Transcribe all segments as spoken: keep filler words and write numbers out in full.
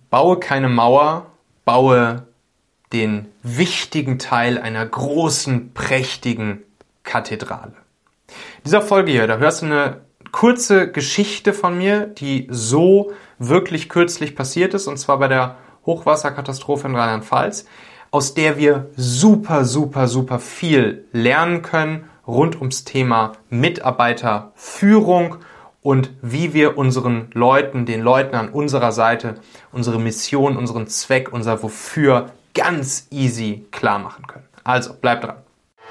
Baue keine Mauer, baue den wichtigen Teil einer großen, prächtigen Kathedrale. In dieser Folge hier, da hörst du eine kurze Geschichte von mir, die so wirklich kürzlich passiert ist, und zwar bei der Hochwasserkatastrophe in Rheinland-Pfalz, aus der wir super, super, super viel lernen können rund ums Thema Mitarbeiterführung und wie wir unseren Leuten, den Leuten an unserer Seite, unsere Mission, unseren Zweck, unser Wofür ganz easy klar machen können. Also, bleibt dran.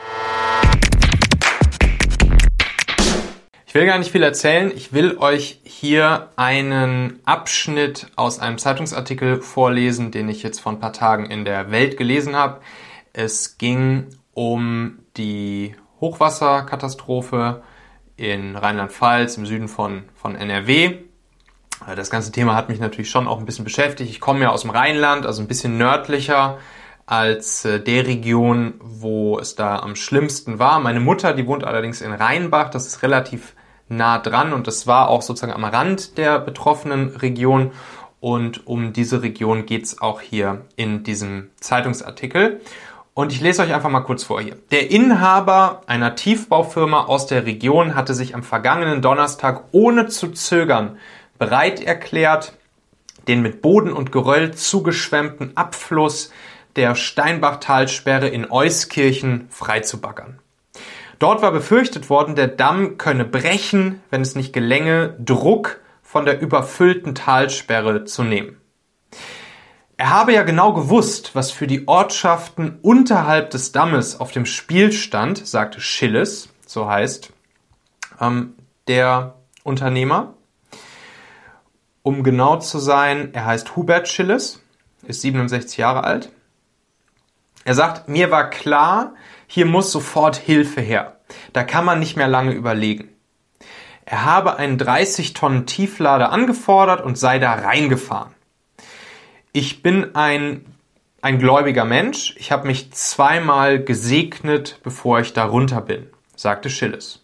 Ich will gar nicht viel erzählen. Ich will euch hier einen Abschnitt aus einem Zeitungsartikel vorlesen, den ich jetzt vor ein paar Tagen in der Welt gelesen habe. Es ging um die Hochwasserkatastrophe in Rheinland-Pfalz im Süden von, von N R W. Das ganze Thema hat mich natürlich schon auch ein bisschen beschäftigt. Ich komme ja aus dem Rheinland, also ein bisschen nördlicher als äh, der Region, wo es da am schlimmsten war. Meine Mutter, die wohnt allerdings in Rheinbach, das ist relativ nah dran und das war auch sozusagen am Rand der betroffenen Region. Und um diese Region geht es auch hier in diesem Zeitungsartikel. Und ich lese euch einfach mal kurz vor hier. Der Inhaber einer Tiefbaufirma aus der Region hatte sich am vergangenen Donnerstag ohne zu zögern bereit erklärt, den mit Boden und Geröll zugeschwemmten Abfluss der Steinbachtalsperre in Euskirchen freizubaggern. Dort war befürchtet worden, der Damm könne brechen, wenn es nicht gelänge, Druck von der überfüllten Talsperre zu nehmen. Er habe ja genau gewusst, was für die Ortschaften unterhalb des Dammes auf dem Spiel stand, sagte Schilles, so heißt ähm, der Unternehmer. Um genau zu sein, er heißt Hubert Schilles, ist siebenundsechzig Jahre alt. Er sagt, mir war klar, hier muss sofort Hilfe her. Da kann man nicht mehr lange überlegen. Er habe einen dreißig Tonnen Tieflader angefordert und sei da reingefahren. Ich bin ein, ein gläubiger Mensch. Ich habe mich zweimal gesegnet, bevor ich da runter bin, sagte Schilles.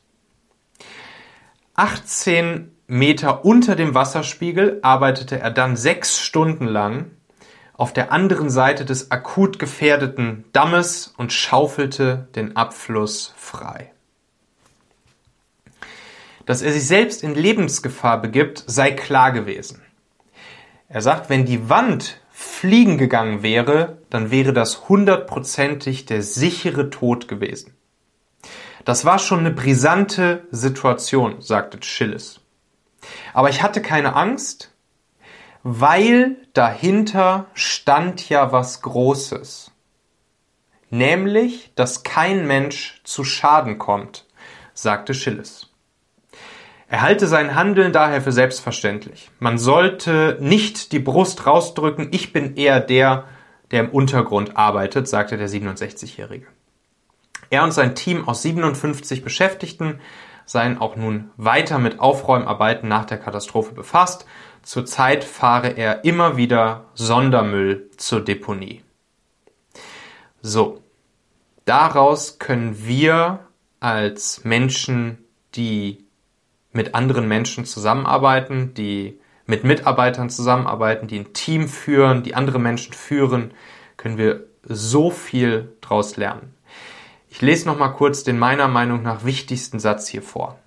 achtzehn Meter unter dem Wasserspiegel arbeitete er dann sechs Stunden lang auf der anderen Seite des akut gefährdeten Dammes und schaufelte den Abfluss frei. Dass er sich selbst in Lebensgefahr begibt, sei klar gewesen. Er sagt, wenn die Wand fliegen gegangen wäre, dann wäre das hundertprozentig der sichere Tod gewesen. Das war schon eine brisante Situation, sagte Schilles. Aber ich hatte keine Angst, weil dahinter stand ja was Großes. Nämlich, dass kein Mensch zu Schaden kommt, sagte Schilles. Er halte sein Handeln daher für selbstverständlich. Man sollte nicht die Brust rausdrücken, ich bin eher der, der im Untergrund arbeitet, sagte der siebenundsechzigjährige. Er und sein Team aus siebenundfünfzig Beschäftigten seien auch nun weiter mit Aufräumarbeiten nach der Katastrophe befasst. Zurzeit fahre er immer wieder Sondermüll zur Deponie. So, daraus können wir als Menschen, die mit anderen Menschen zusammenarbeiten, die mit Mitarbeitern zusammenarbeiten, die ein Team führen, die andere Menschen führen, können wir so viel draus lernen. Ich lese noch mal kurz den meiner Meinung nach wichtigsten Satz hier vor.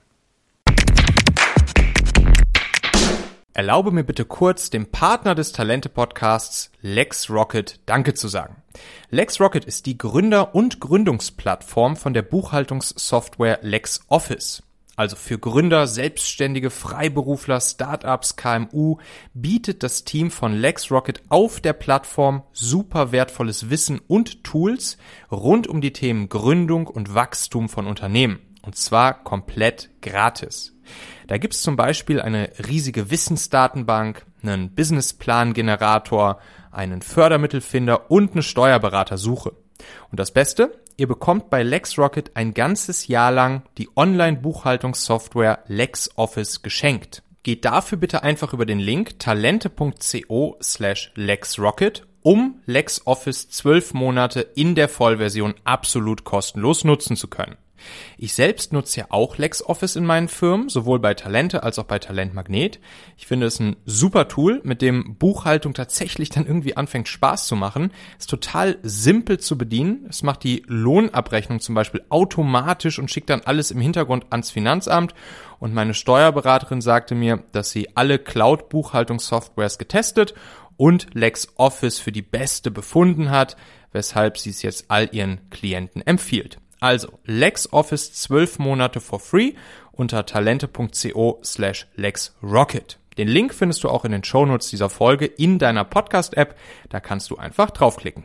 Erlaube mir bitte kurz, dem Partner des Talente-Podcasts LexRocket Danke zu sagen. LexRocket ist die Gründer- und Gründungsplattform von der Buchhaltungssoftware LexOffice. Also für Gründer, Selbstständige, Freiberufler, Startups, K M U bietet das Team von LexRocket auf der Plattform super wertvolles Wissen und Tools rund um die Themen Gründung und Wachstum von Unternehmen. Und zwar komplett gratis. Da gibt's zum Beispiel eine riesige Wissensdatenbank, einen Businessplan-Generator, einen Fördermittelfinder und eine Steuerberatersuche. Und das Beste? Ihr bekommt bei LexRocket ein ganzes Jahr lang die Online-Buchhaltungssoftware LexOffice geschenkt. Geht dafür bitte einfach über den Link talente.co slash LexRocket, um LexOffice zwölf Monate in der Vollversion absolut kostenlos nutzen zu können. Ich selbst nutze ja auch LexOffice in meinen Firmen, sowohl bei Talente als auch bei Talent Magnet. Ich finde es ein super Tool, mit dem Buchhaltung tatsächlich dann irgendwie anfängt Spaß zu machen. Ist total simpel zu bedienen. Es macht die Lohnabrechnung zum Beispiel automatisch und schickt dann alles im Hintergrund ans Finanzamt. Und meine Steuerberaterin sagte mir, dass sie alle Cloud-Buchhaltungssoftwares getestet und LexOffice für die beste befunden hat, weshalb sie es jetzt all ihren Klienten empfiehlt. Also LexOffice zwölf Monate for free unter talente.co slash LexRocket. Den Link findest du auch in den Shownotes dieser Folge in deiner Podcast-App. Da kannst du einfach draufklicken.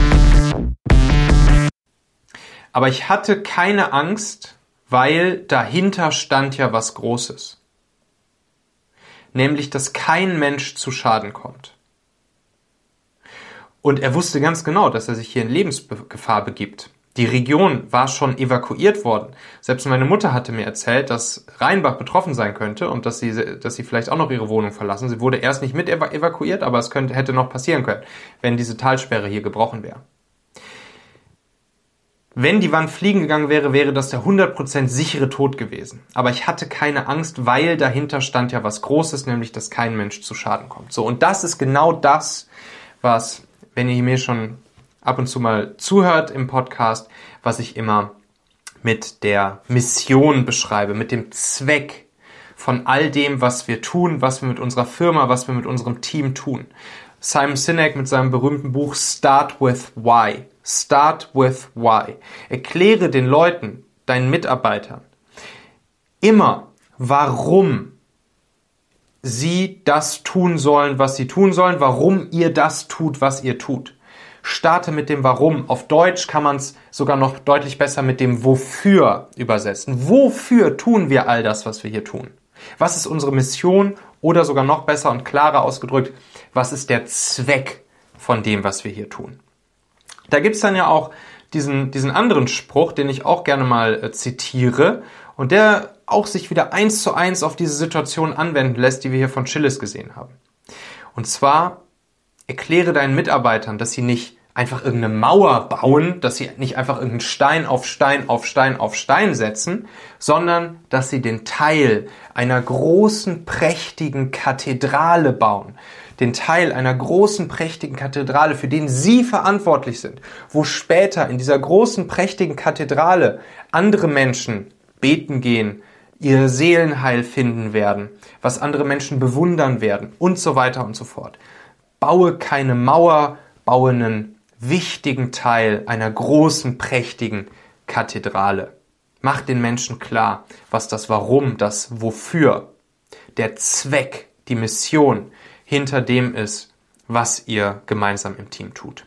Aber ich hatte keine Angst, weil dahinter stand ja was Großes. Nämlich, dass kein Mensch zu Schaden kommt. Und er wusste ganz genau, dass er sich hier in Lebensgefahr begibt. Die Region war schon evakuiert worden. Selbst meine Mutter hatte mir erzählt, dass Rheinbach betroffen sein könnte und dass sie, dass sie vielleicht auch noch ihre Wohnung verlassen. Sie wurde erst nicht mit evakuiert, aber es könnte, hätte noch passieren können, wenn diese Talsperre hier gebrochen wäre. Wenn die Wand fliegen gegangen wäre, wäre das der hundert Prozent sichere Tod gewesen. Aber ich hatte keine Angst, weil dahinter stand ja was Großes, nämlich, dass kein Mensch zu Schaden kommt. So, und das ist genau das, was, wenn ihr mir schon ab und zu mal zuhört im Podcast, was ich immer mit der Mission beschreibe, mit dem Zweck von all dem, was wir tun, was wir mit unserer Firma, was wir mit unserem Team tun. Simon Sinek mit seinem berühmten Buch Start with Why. Start with Why. Erkläre den Leuten, deinen Mitarbeitern, immer, warum sie das tun sollen, was sie tun sollen, warum ihr das tut, was ihr tut. Starte mit dem Warum. Auf Deutsch kann man es sogar noch deutlich besser mit dem Wofür übersetzen. Wofür tun wir all das, was wir hier tun? Was ist unsere Mission? Oder sogar noch besser und klarer ausgedrückt, was ist der Zweck von dem, was wir hier tun? Da gibt's dann ja auch diesen, diesen anderen Spruch, den ich auch gerne mal äh, zitiere und der auch sich wieder eins zu eins auf diese Situation anwenden lässt, die wir hier von Schilles gesehen haben. Und zwar: Erkläre deinen Mitarbeitern, dass sie nicht einfach irgendeine Mauer bauen, dass sie nicht einfach irgendeinen Stein auf Stein auf Stein auf Stein setzen, sondern dass sie den Teil einer großen, prächtigen Kathedrale bauen. Den Teil einer großen, prächtigen Kathedrale, für den sie verantwortlich sind, wo später in dieser großen, prächtigen Kathedrale andere Menschen beten gehen, ihr Seelenheil finden werden, was andere Menschen bewundern werden und so weiter und so fort. Baue keine Mauer, baue einen wichtigen Teil einer großen, prächtigen Kathedrale. Mach den Menschen klar, was das Warum, das Wofür, der Zweck, die Mission hinter dem ist, was ihr gemeinsam im Team tut.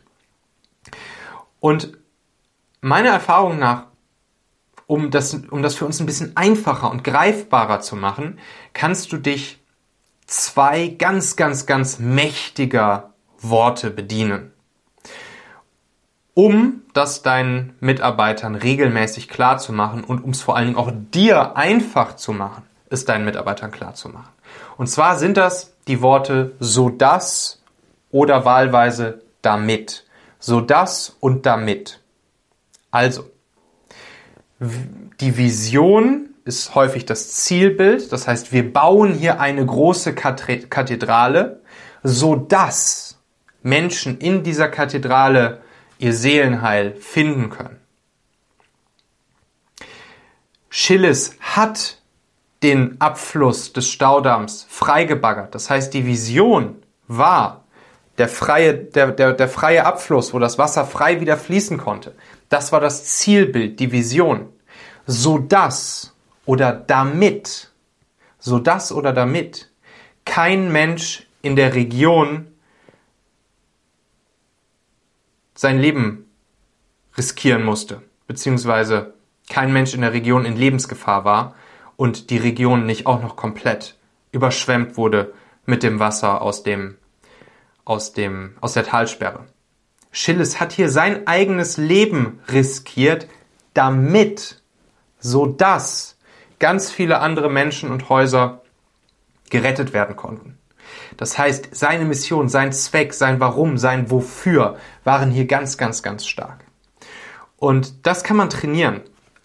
Und meiner Erfahrung nach, um das, um das für uns ein bisschen einfacher und greifbarer zu machen, kannst du dich zwei ganz, ganz, ganz mächtiger Worte bedienen, um das deinen Mitarbeitern regelmäßig klar zu machen und um es vor allen Dingen auch dir einfach zu machen, es deinen Mitarbeitern klar zu machen. Und zwar sind das die Worte so dass oder wahlweise damit. So dass und damit. Also, die Vision ist häufig das Zielbild. Das heißt, wir bauen hier eine große Kathedrale, sodass Menschen in dieser Kathedrale ihr Seelenheil finden können. Schilles hat den Abfluss des Staudamms freigebaggert. Das heißt, die Vision war der freie, der, der, der freie Abfluss, wo das Wasser frei wieder fließen konnte. Das war das Zielbild, die Vision. Sodass oder damit, sodass oder damit kein Mensch in der Region sein Leben riskieren musste, beziehungsweise kein Mensch in der Region in Lebensgefahr war und die Region nicht auch noch komplett überschwemmt wurde mit dem Wasser aus dem, aus dem, aus der Talsperre. Schilles hat hier sein eigenes Leben riskiert, damit, sodass ganz viele andere Menschen und Häuser gerettet werden konnten. Das heißt, seine Mission, sein Zweck, sein Warum, sein Wofür waren hier ganz, ganz, ganz stark. Und das kann man trainieren.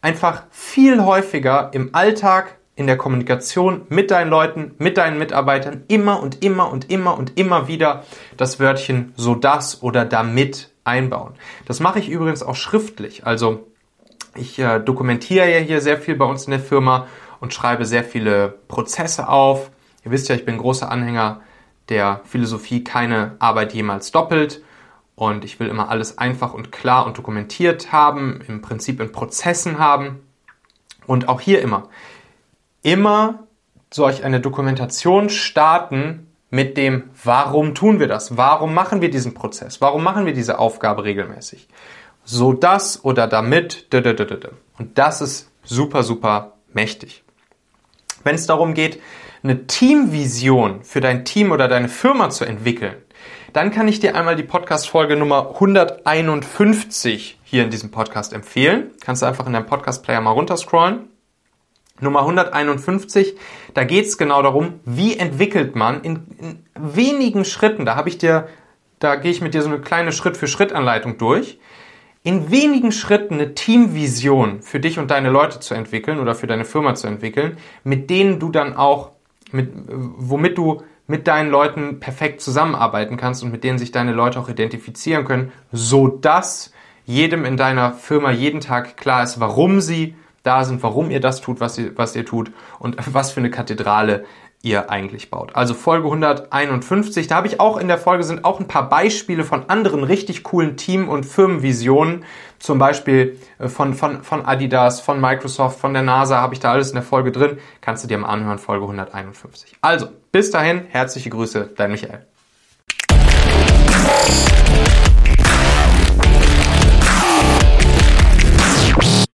einfach viel häufiger im Alltag, in der Kommunikation mit deinen Leuten, mit deinen Mitarbeitern immer und immer und immer und immer wieder das Wörtchen so das oder damit einbauen. Das mache ich übrigens auch schriftlich. Also ich äh, dokumentiere ja hier sehr viel bei uns in der Firma und schreibe sehr viele Prozesse auf. Ihr wisst ja, ich bin großer Anhänger der Philosophie, keine Arbeit jemals doppelt. Und ich will immer alles einfach und klar und dokumentiert haben, im Prinzip in Prozessen haben. Und auch hier immer. Immer solch eine Dokumentation starten mit dem, warum tun wir das? Warum machen wir diesen Prozess? Warum machen wir diese Aufgabe regelmäßig? So das oder damit. Und das ist super, super mächtig. Wenn es darum geht, eine Teamvision für dein Team oder deine Firma zu entwickeln, dann kann ich dir einmal die Podcast-Folge Nummer hunderteinundfünfzig hier in diesem Podcast empfehlen. Kannst du einfach in deinem Podcast-Player mal runterscrollen. Nummer hunderteinundfünfzig, da geht es genau darum, wie entwickelt man in, in wenigen Schritten, da habe ich dir, da gehe ich mit dir so eine kleine Schritt-für-Schritt-Anleitung durch, in wenigen Schritten eine Teamvision für dich und deine Leute zu entwickeln oder für deine Firma zu entwickeln, mit denen du dann auch, mit, womit du mit deinen Leuten perfekt zusammenarbeiten kannst und mit denen sich deine Leute auch identifizieren können, sodass jedem in deiner Firma jeden Tag klar ist, warum sie da sind, warum ihr das tut, was ihr, was ihr tut und was für eine Kathedrale ihr eigentlich baut. Also Folge hunderteinundfünfzig, da habe ich auch in der Folge sind auch ein paar Beispiele von anderen richtig coolen Team- und Firmenvisionen, zum Beispiel von, von, von Adidas, von Microsoft, von der NASA, habe ich da alles in der Folge drin. Kannst du dir mal anhören, Folge hunderteinundfünfzig. Also, bis dahin, herzliche Grüße, dein Michael.